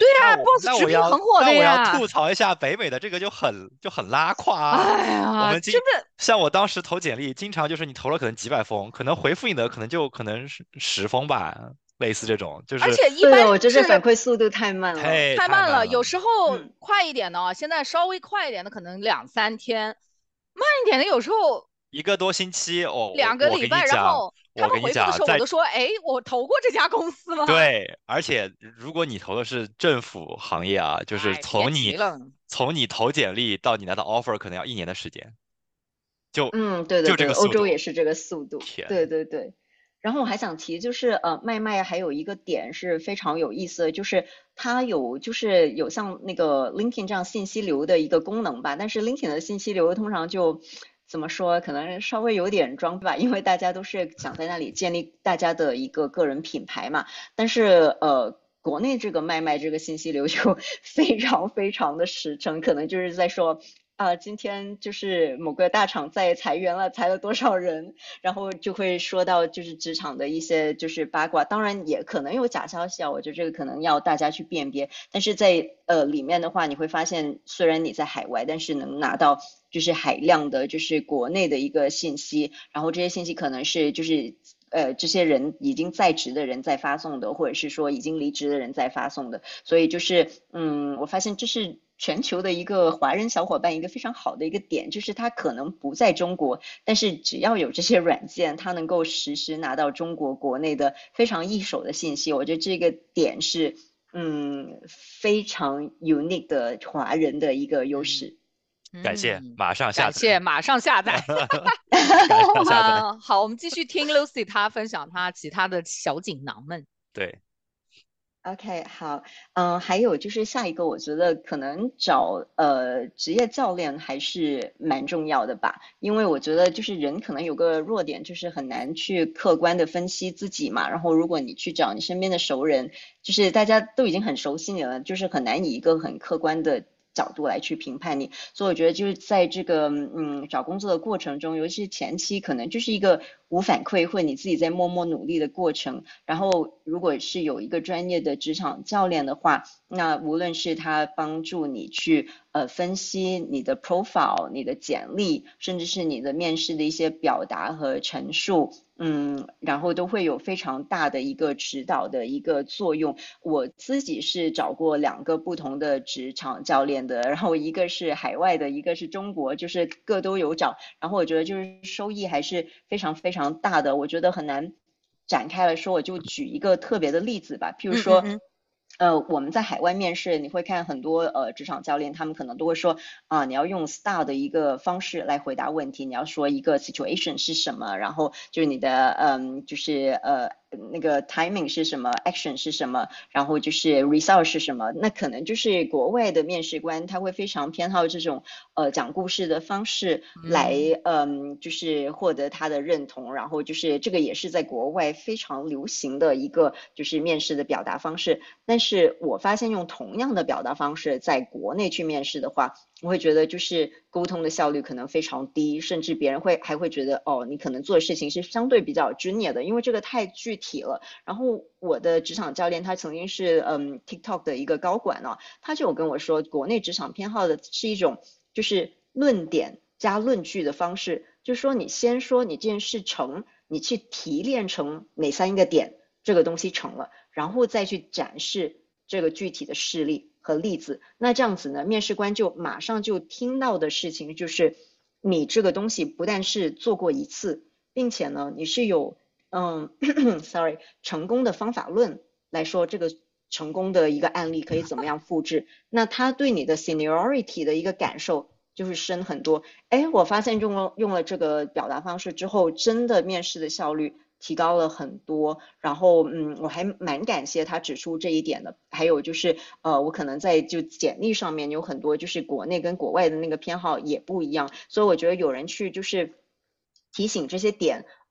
对呀那我 ，Boss 那我要直聘很火的那我要呀。 吐槽一下北美的这个就很就很拉胯啊。 哎呀， 我们经真的， 像我当时投简历，经常就是你投了可能几百封，可能回复你的可能就可能是十封吧，类似这种，就是而且一般对的，我觉得是反馈速度太慢了。 太太慢了， 太慢了。 有时候嗯快一点的啊，现在稍微快一点的可能两三天，慢一点的有时候一个多星期哦，我我跟你两个礼拜，然讲， 后他我们回复的跟你讲，在时候我都说，哎，我投过这家公司吗？ 对，而且如果你投的是政府行业啊，就是哎，别从你提了。 从你投简历到你拿到 offer 可能要一年的时间，就嗯，对的就这对的，欧个速度。 洲也是这个速度。对天， 对对。然后我还想提，就是呃，麦麦还有一个点是非常有意思的，就是它有就是有像那个 LinkedIn 这样信息流的一个功能吧，但是 LinkedIn 的信息流通常就怎么说，可能稍微有点装吧，因为大家都是想在那里建立大家的一个个人品牌嘛。但是呃，国内这个麦麦这个信息流就非常非常的实诚，可能就是在说。啊，今天就是某个大厂在裁员了，裁了多少人，然后就会说到就是职场的一些就是八卦，当然也可能有假消息啊，我觉得这个可能要大家去辨别。但是在呃里面的话，你会发现虽然你在海外，但是能拿到就是海量的，就是国内的一个信息，然后这些信息可能是就是呃这些人已经在职的人在发送的，或者是说已经离职的人在发送的，所以就是嗯，我发现这是。全球的一个华人小伙伴一个非常好的一个点，就是他可能不在中国，但是只要有这些软件，他能够实时拿到中国国内的非常一手的信息。我觉得这个点是嗯非常 unique 的华人的一个优嗯势。 感谢， 嗯， 马上下载， 感谢，马上下载。 马上下载。 嗯，好，我们继续听 Lucy 她分享她其他的小锦囊们。 对， OK，好，嗯，还有就是下一个，我觉得可能找呃职业教练还是蛮重要的吧，因为我觉得就是人可能有个弱点，就是很难去客观的分析自己嘛。然后如果你去找你身边的熟人，就是大家都已经很熟悉你了，就是很难以一个很客观的角度来去评判你。所以我觉得就是在这个嗯找工作的过程中，尤其是前期，可能就是一个无反馈或你自己在默默努力的过程。然后如果是有一个专业的职场教练的话，那无论是他帮助你去呃分析你的 profile、你的简历，甚至是你的面试的一些表达和陈述。嗯，然后都会有非常大的一个指导的一个作用。我自己是找过两个不同的职场教练的，然后一个是海外的，一个是中国，就是各都有找。然后我觉得就是收益还是非常非常大的，我觉得很难展开来说。我就举一个特别的例子吧，譬如说。 嗯嗯嗯呃，我们在海外面试，你会看很多呃职场教练，他们可能都会说啊，你要用 STAR 的一个方式来回答问题，你要说一个 situation 是什么，然后就是你的嗯，就是呃那个 timing 是什么 ，action 是什么，然后就是 result 是什么。那可能就是国外的面试官他会非常偏好这种呃讲故事的方式来嗯嗯，就是获得他的认同，然后就是这个也是在国外非常流行的一个就是面试的表达方式。但是我发现用同样的表达方式在国内去面试的话，我会觉得就是沟通的效率可能非常低，甚至别人会还会觉得哦，你可能做的事情是相对比较专业的，因为这个太具体了。然后我的职场教练他曾经是嗯 TikTok 的一个高管哦，他就有跟我说，国内职场偏好的是一种就是论点加论据的方式，就是说你先说你这件事成，你去提炼成哪三个点，这个东西成了。然后再去展示这个具体的事例和例子。那这样子呢，面试官就马上就听到的事情就是你这个东西不但是做过一次，并且呢，你是有嗯，sorry，成功的方法论来说这个成功的一个案例可以怎么样复制。那他对你的 seniority 的一个感受就是深很多。哎，我发现用了用了这个表达方式之后，真的面试的效率提高了很多。然后嗯，我还蛮感谢他指出这一点的。还有就是呃，我可能在就简历上面有很多就是国内跟国外的那个偏好也不一样，所以我觉得有人去就是提醒这些点。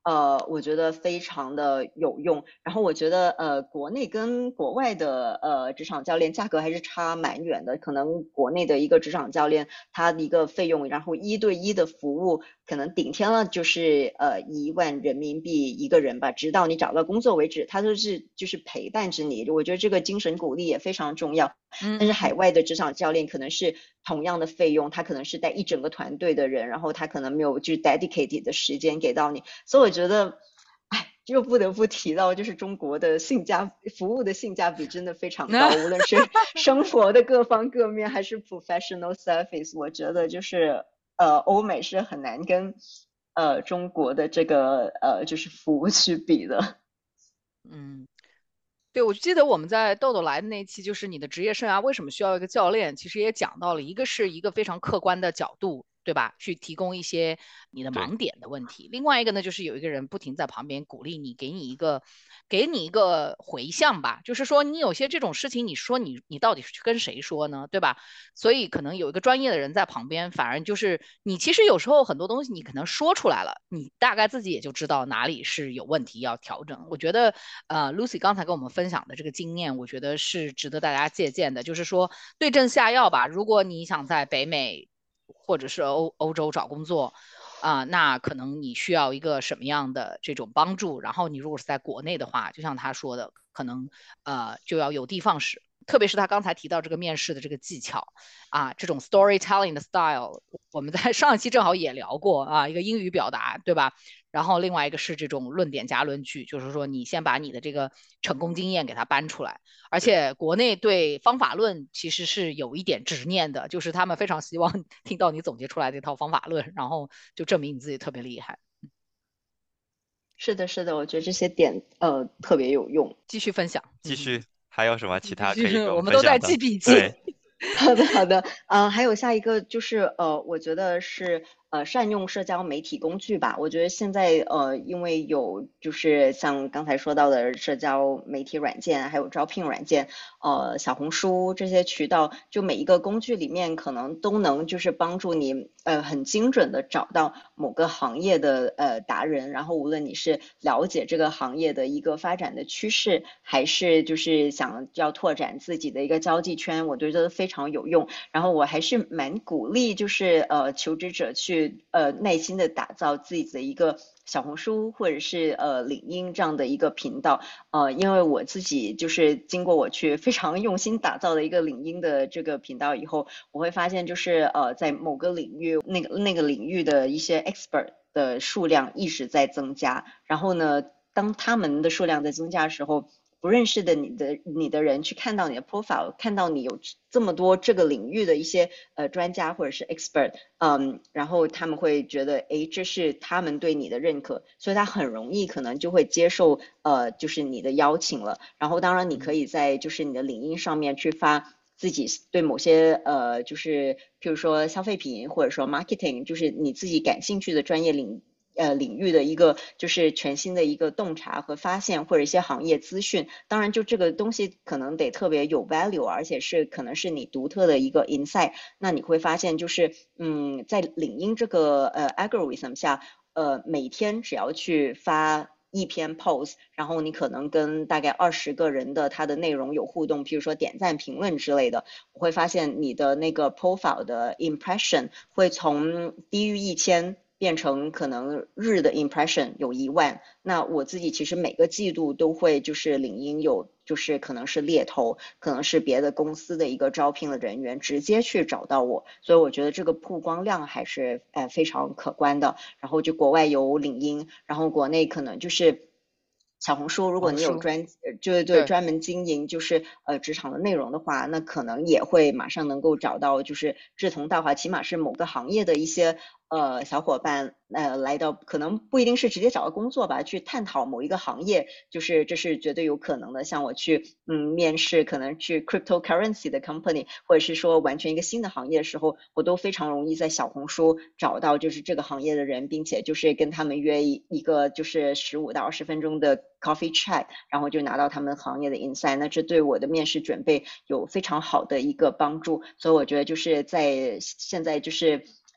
呃，我觉得非常的有用。然后我觉得呃，国内跟国外的呃职场教练价格还是差蛮远的。可能国内的一个职场教练，他的一个费用，然后一对一的服务，可能顶天了就是呃一万人民币一个人吧，直到你找到工作为止，他都是就是陪伴着你。我觉得这个精神鼓励也非常重要。但是海嗯嗯嗯。 外的职场教练可能是同样的费用，他可能是带一整个团队的人，然后他可能没有就 dedicated 的时间给到你，所以我觉得，哎，又不得不提到，就是中国的性价服务的性价比真的非常高，无论是生活的各方各面，还是 professional service，我觉得就是呃，欧美是很难跟呃中国的这个呃就是服务去比的。 嗯。对，我记得我们在豆豆来的那一期，就是你的职业生涯为什么需要一个教练，其实也讲到了，一个是一个非常客观的角度，对吧？去提供一些你的对。 盲点的问题。另外一个呢，就是有一个人不停在旁边鼓励你，给你一个给你一个回向吧，就是说你有些这种事情，你说你你到底是去跟谁说呢，对吧？所以可能有一个专业的人在旁边，反而就是你其实有时候很多东西你可能说出来了，你大概自己也就知道哪里是有问题要调整。我觉得呃，Lucy 刚才跟我们分享的这个经验，我觉得是值得大家借鉴的，就是说对症下药吧。如果你想在北美或者是欧欧洲找工作，啊、呃那可能你需要一个什么样的这种帮助？然后你如果是在国内的话，就像他说的，可能呃就要有的放矢。特别是他刚才提到这个面试的这个技巧啊，这种 storytelling 的 style，我们在上一期正好也聊过啊，一个英语表达，对吧？然后另外一个是这种论点加论据，就是说你先把你的这个成功经验给它搬出来。而对。 且国内对方法论其实是有一点执念的，就是他们非常希望听到你总结出来这套方法论，然后就证明你自己特别厉害。 是的，是的，我觉得这些点呃特别有用。 继续分享。 继续， 嗯， 还有什么其继续， 他可以给我们我们都在分享的？ 记笔记。 对。 好的，好的，呃，还有下一个就是呃，我觉得是呃善用社交媒体工具吧。我觉得现在呃，因为有就是像刚才说到的社交媒体软件，还有招聘软件，呃，小红书这些渠道，就每一个工具里面可能都能就是帮助你呃很精准的找到某个行业的呃达人，然后无论你是了解这个行业的一个发展的趋势，还是就是想要拓展自己的一个交际圈，我觉得非常有用。然后我还是蛮鼓励，就是呃求职者去呃耐心的打造自己的一个小红书或者是呃领英这样的一个频道，呃，因为我自己就是经过我去非常用心打造的一个领英的这个频道以后，我会发现就是呃在某个领域那个那个领域的一些 expert 的数量一直在增加，然后呢，当他们的数量在增加的时候，不认识的你的你的人去看到你的 profile， 看到你有这么多这个领域的一些呃专家或者是 expert，嗯，然后他们会觉得，诶，这是他们对你的认可，所以他很容易可能就会接受呃就是你的邀请了。然后当然你可以在就是你的领英上面去发自己对某些呃就是譬如说消费品或者说 marketing， 就是你自己感兴趣的专业领呃领域的一个就是全新的一个洞察和发现，或者一些行业资讯。当然就这个东西可能得特别有 value， 而且是可能是你独特的一个 insight。那你会发现就是嗯在领英这个呃 algorithm 下，呃每天只要去发一篇 post， 然后你可能跟大概二十个人的他的内容有互动，比如说点赞、评论之类的，我会发现你的那个 profile 的 impression 会从低于一千变成可能日的 impression 有一万。那我自己其实每个季度都会就是领英有就是可能是猎头，可能是别的公司的一个招聘的人员直接去找到我，所以我觉得这个曝光量还是呃非常可观的。然后就国外有领英，然后国内可能就是小红书，如果红书。 你有专呃对对对。 专门经营就是呃职场的内容的话，那可能也会马上能够找到就是志同道合，起码是某个行业的一些呃小伙伴呃来到，可能不一定是直接找到工作吧，去探讨某一个行业，就是这是绝对有可能的。像我去嗯面试可能去 cryptocurrency 的 company， 或者是说完全一个新的行业的时候，我都非常容易在小红书找到就是这个行业的人，并且就是跟他们约一一个就是十五到二十分钟的 coffee chat， 然后就拿到他们行业的 insight， 那这对我的面试准备有非常好的一个帮助。所以我觉得就是在现在就是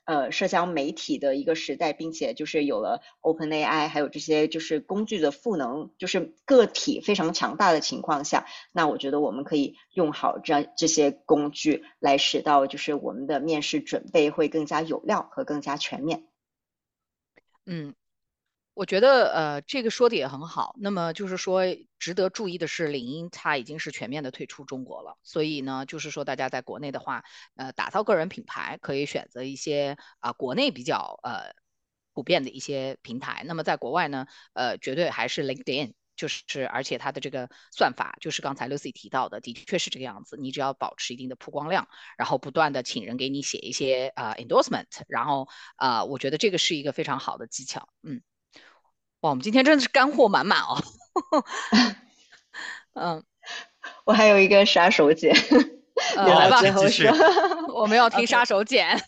呃社交媒体的一个时代，并且就是有了 OpenAI 还有这些就是工具的赋能，就是个体非常强大的情况下，那我觉得我们可以用好这这些工具来使到就是我们的面试准备会更加有料和更加全面。 嗯。我觉得呃，这个说的也很好。那么就是说，值得注意的是，领英它已经是全面的退出中国了。所以呢，就是说，大家在国内的话，呃，打造个人品牌可以选择一些啊、国内比较呃普遍的一些平台。那么在国外呢，呃，绝对还是 LinkedIn。就是而且它的这个算法，就是刚才 Lucy 提到的，的确是这个样子。你只要保持一定的曝光量，然后不断的请人给你写一些呃 endorsement，然后啊、我觉得这个是一个非常好的技巧。嗯。哇，我们今天真的是干货满满哦。嗯我还有一个杀手锏， 呃， 留到来吧， 好，请继最后说。 续。 我们要听杀 OK， 手锏。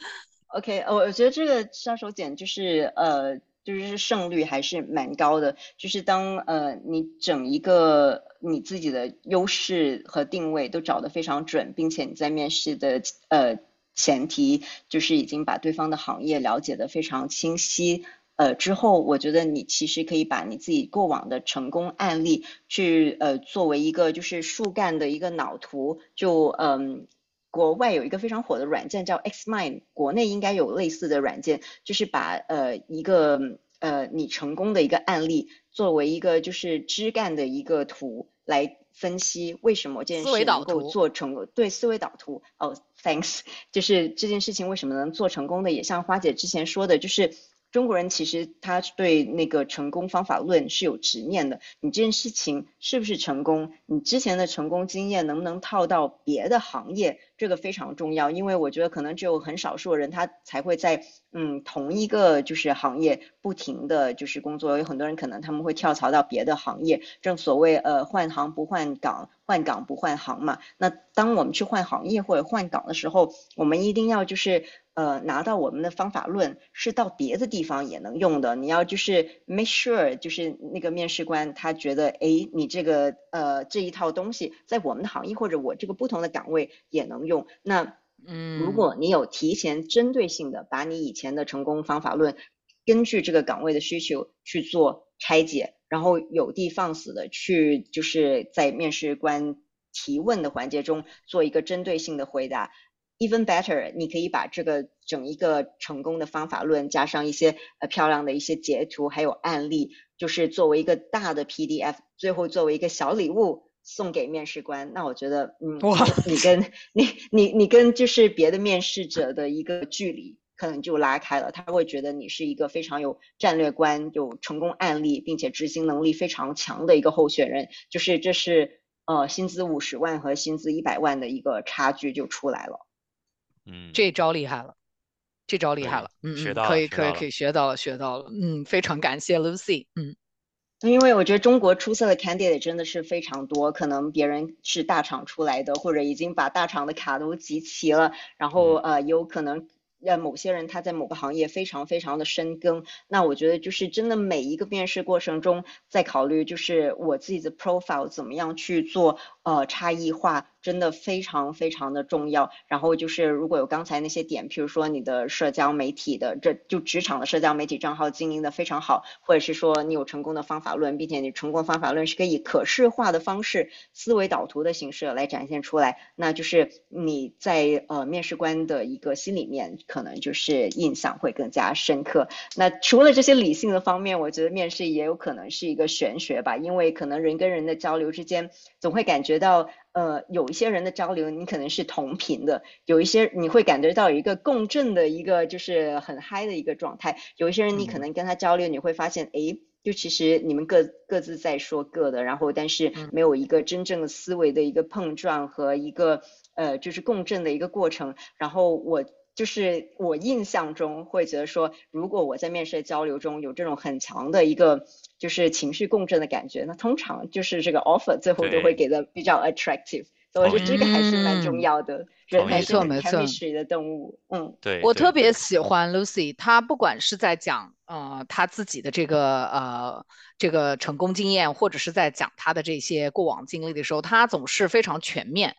OK，呃，我觉得这个杀手锏就是呃，就是胜率还是蛮高的。就是当呃你整一个你自己的优势和定位都找得非常准，并且你在面试的呃前提就是已经把对方的行业了解得非常清晰。呃，之后我觉得你其实可以把你自己过往的成功案例去呃作为一个就是树干的一个脑图，就嗯。国外有一个非常火的软件叫 Xmind，国内应该有类似的软件，就是把呃一个呃你成功的一个案例作为一个就是枝干的一个图来分析为什么这件思维事能够导图。 做成功。对，思维导图。哦，thanks，就是这件事情为什么能做成功的，也像花姐之前说的，就是中国人其实他对那个成功方法论是有执念的。你这件事情是不是成功，你之前的成功经验能不能套到别的行业，这个非常重要。因为我觉得可能只有很少数的人他才会在嗯同一个就是行业不停的就是工作，有很多人可能他们会跳槽到别的行业，正所谓呃换行不换岗，换岗不换行嘛。那当我们去换行业或者换岗的时候，我们一定要就是呃拿到我们的方法论是到别的地方也能用的。你要就是 make sure 就是那个面试官他觉得诶你这个呃这一套东西在我们的行业或者我这个不同的岗位也能用。那如嗯。 果你有提前针对性的把你以前的成功方法论根据这个岗位的需求去做拆解，然后有的放矢的去就是在面试官提问的环节中做一个针对性的回答。Even better，你可以把这个整一个成功的方法论加上一些呃漂亮的一些截图，还有案例，就是作为一个大的 P D F，最后作为一个小礼物送给面试官。那我觉得，嗯， 哇。 可能你跟你你你跟就是别的面试者的一个距离可能就拉开了，他会觉得你是一个非常有战略观、有成功案例，并且执行能力非常强的一个候选人。就是这是呃薪资五十万和薪资一百万的一个差距就出来了。 嗯， 这招厉害了，这招厉可以， 害了。嗯嗯， 学到了， 可以学到了。 可以可以，学到了学到了。嗯，非常感谢 Lucy。嗯。 因为我觉得中国出色的 candidate 真的是非常多，可能别人是大厂出来的，或者已经把大厂的卡都集齐了，然后嗯呃有可能呃某些人他在某个行业非常非常的深耕。那我觉得就是真的每一个面试过程中，在考虑就是我自己的 profile 怎么样去做呃差异化，真的非常非常的重要。然后就是如果有刚才那些点，譬如说你的社交媒体的，这就职场的社交媒体账号经营的非常好，或者是说你有成功的方法论，并且你成功方法论是可以可视化的方式，思维导图的形式来展现出来，那就是你在呃面试官的一个心里面可能就是印象会更加深刻。那除了这些理性的方面，我觉得面试也有可能是一个玄学吧，因为可能人跟人的交流之间总会感觉到呃，有一些人的交流你可能是同频的，有一些你会感觉到有一个共振的一个就是很嗨的一个状态，有一些人你可嗯能跟他交流，你会发现，诶，就其实你们各各自在说各的，然后但是嗯。 没有一个真正的思维的一个碰撞和一个呃就是共振的一个过程。然后我就是我印象中会觉得说，如果我在面试交流中有这种很强的一个就是情绪共振的感觉，那通常就是这个 offer 最后都会对， 给的比较 attractive。所以我同意， 觉得这个还是蛮重嗯， 要的，人同意， 还是很没错没同意。 错。 chemistry 的动物。嗯。 对我特别对对。 喜欢 Lucy，她不管是在讲呃她自己的这个呃这个成功经验，或者是在讲她的这些过往经历的时候，她总是非常全面。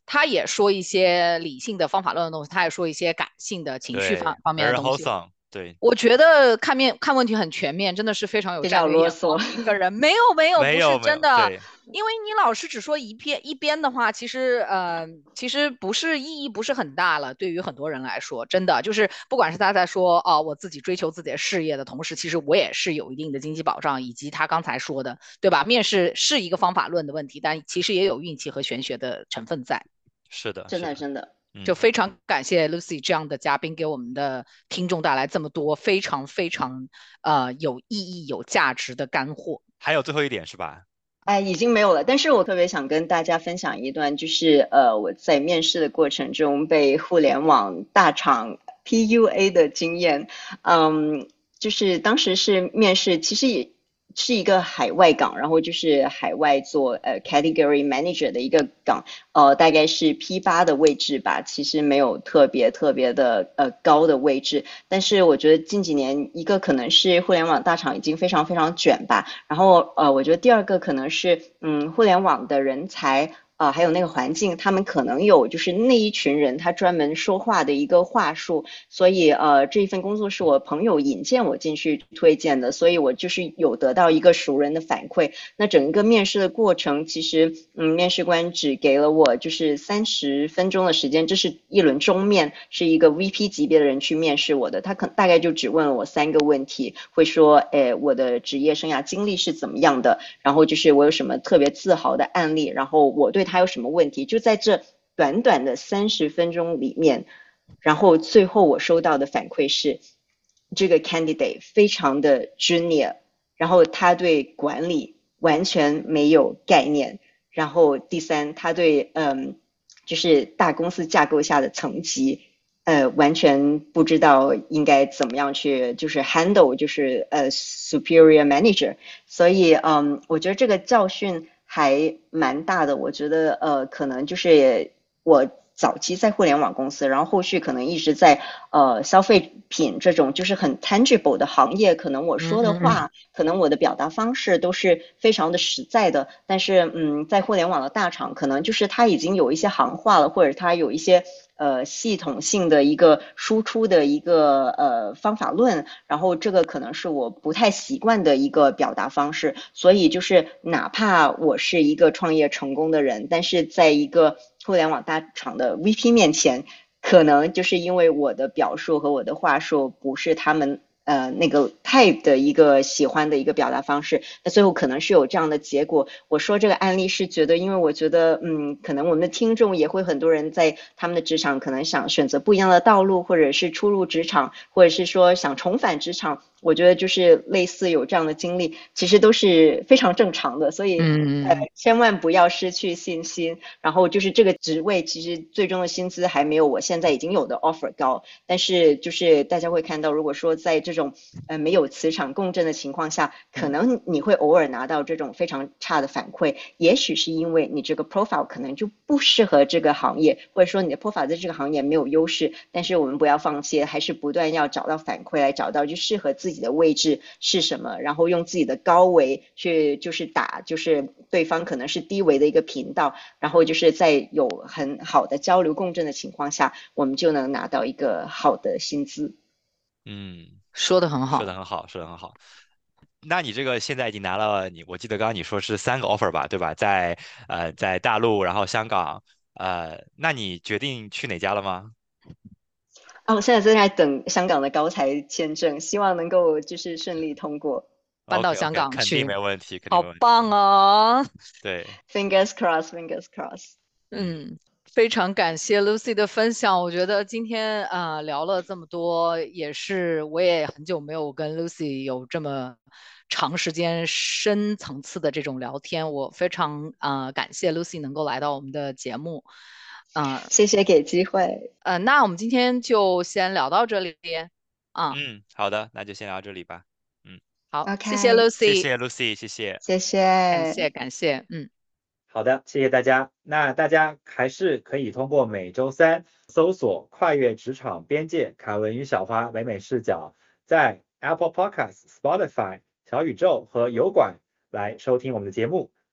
他也说一些理性的方法论的东西，他也说一些感性的情绪方对方面的 ，very 东西。 wholesome，对， 我觉得看面看问题很全面，真的是非常有比较战略眼光啰嗦。 的一个人。没有没有，不是没有没有， 真的， 对， 因为你老是只说一边一边的话，其实呃其实不是意义不是很大了。对于很多人来说，真的就是不管是他在说哦我自己追求自己的事业的同时，其实我也是有一定的经济保障，以及他刚才说的，对吧？面试是一个方法论的问题，但其实也有运气和玄学的成分在。 是的， 真是的， 的真的。 嗯， 就非常感谢 Lucy 这样的嘉宾给我们的听众带来这么多非常非常呃有意义、有价值的干货。 还有最后一点是吧？ 哎，已经没有了。但是我特别想跟大家分享一段，就是呃，我在面试的过程中被互联网大厂 P U A 的经验。嗯，就是当时是面试，其实也是一个海外岗，然后就是海外做呃 category manager 的一个岗，呃，大概是 P 八的位置吧，其实没有特别特别的呃高的位置。但是我觉得近几年，一个可能是互联网大厂已经非常非常卷吧，然后呃，我觉得第二个可能是嗯，互联网的人才。呃，还有那个环境，他们可能有就是那一群人他专门说话的一个话术，所以呃这一份工作是我朋友引荐我进去推荐的，所以我就是有得到一个熟人的反馈。那整个面试的过程，其实嗯，面试官只给了我就是三十分钟的时间，这是一轮中面，是一个 V P 级别的人去面试我的，他可大概就只问了我三个问题，会说，哎，我的职业生涯经历是怎么样的，然后就是我有什么特别自豪的案例，然后我对他有什么问题，就在这短短的三十分钟里面，然后最后我收到的反馈是，这个 candidate 非常的 junior，然后他对管理完全没有概念，然后第三，他对嗯，就是大公司架构下的层级，呃，完全不知道应该怎么样去就是 handle 就是呃 superior manager，所以嗯，我觉得这个教训还蛮大的。我觉得呃，可能就是我早期在互联网公司，然后后续可能一直在呃消费品这种就是很 tangible 的行业，可能我说的嗯嗯嗯， 话，可能我的表达方式都是非常的实在的，但是嗯，在互联网的大厂，可能就是它已经有一些行话了，或者它有一些呃系统性的一个输出的一个呃方法论，然后这个可能是我不太习惯的一个表达方式，所以就是哪怕我是一个创业成功的人，但是在一个互联网大厂的 V P 面前，可能就是因为我的表述和我的话术不是他们呃那个 type 的一个喜欢的一个表达方式，那最后可能是有这样的结果。我说这个案例是觉得，因为我觉得嗯，可能我们的听众也会很多人在他们的职场可能想选择不一样的道路，或者是初入职场，或者是说想重返职场。我觉得就是类似有这样的经历，其实都是非常正常的，所以呃， 嗯千万不要失去信心。然后就是这个职位，其实最终的薪资还没有我现在已经有的 offer 高，但是就是大家会看到，如果说在这种呃没有磁场共振的情况下，可能你会偶尔拿到这种非常差的反馈，也许是因为你这个 profile 可能就不适合这个行业，或者说你的 profile 在这个行业没有优势，但是我们不要放弃，还是不断要找到反馈，来找到就适合自己的位置是什么，然后用自己的高维去就是打就是对方可能是低维的一个频道，然后就是在有很好的交流共振的情况下，我们就能拿到一个好的薪资。 嗯， 说的很好。 说的很好，说的很好。那你这个现在已经拿了你，我记得刚刚你说是三个 offer 吧，对吧？在呃在大陆，然后香港，呃，那你决定去哪家了吗啊，我现在正在等香港的高才签证，希望能够就是顺利通过。 搬到 ？OK 香 OK， 港去， 肯定没问题，肯定没好棒问题。 哦！ 对， Fingers crossed, fingers crossed。 嗯， 嗯，非常感谢 Lucy 的分享。我觉得今天啊、呃聊了这么多，也是我也很久没有跟 Lucy 有这么长时间深层次的这种聊天。我非常啊、呃感谢 Lucy 能够来到我们的节目。嗯谢谢给机会。 呃，那我们今天就先聊到这里啊。 嗯，好的，那就先聊到这里吧。嗯， 好，谢谢 OK， 谢 Lucy， 谢 Lucy，谢谢。 谢感谢谢。 感谢，嗯。 好的，谢谢大家。那大家还是可以通过每周三搜索"跨越职场边界"，凯文与小花美美视角，在 Apple Podcasts、Spotify、小宇宙和油管来收听我们的节目。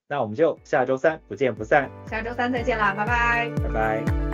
那我们就下周三不见不散， 下周三再见啦，拜拜。 拜拜。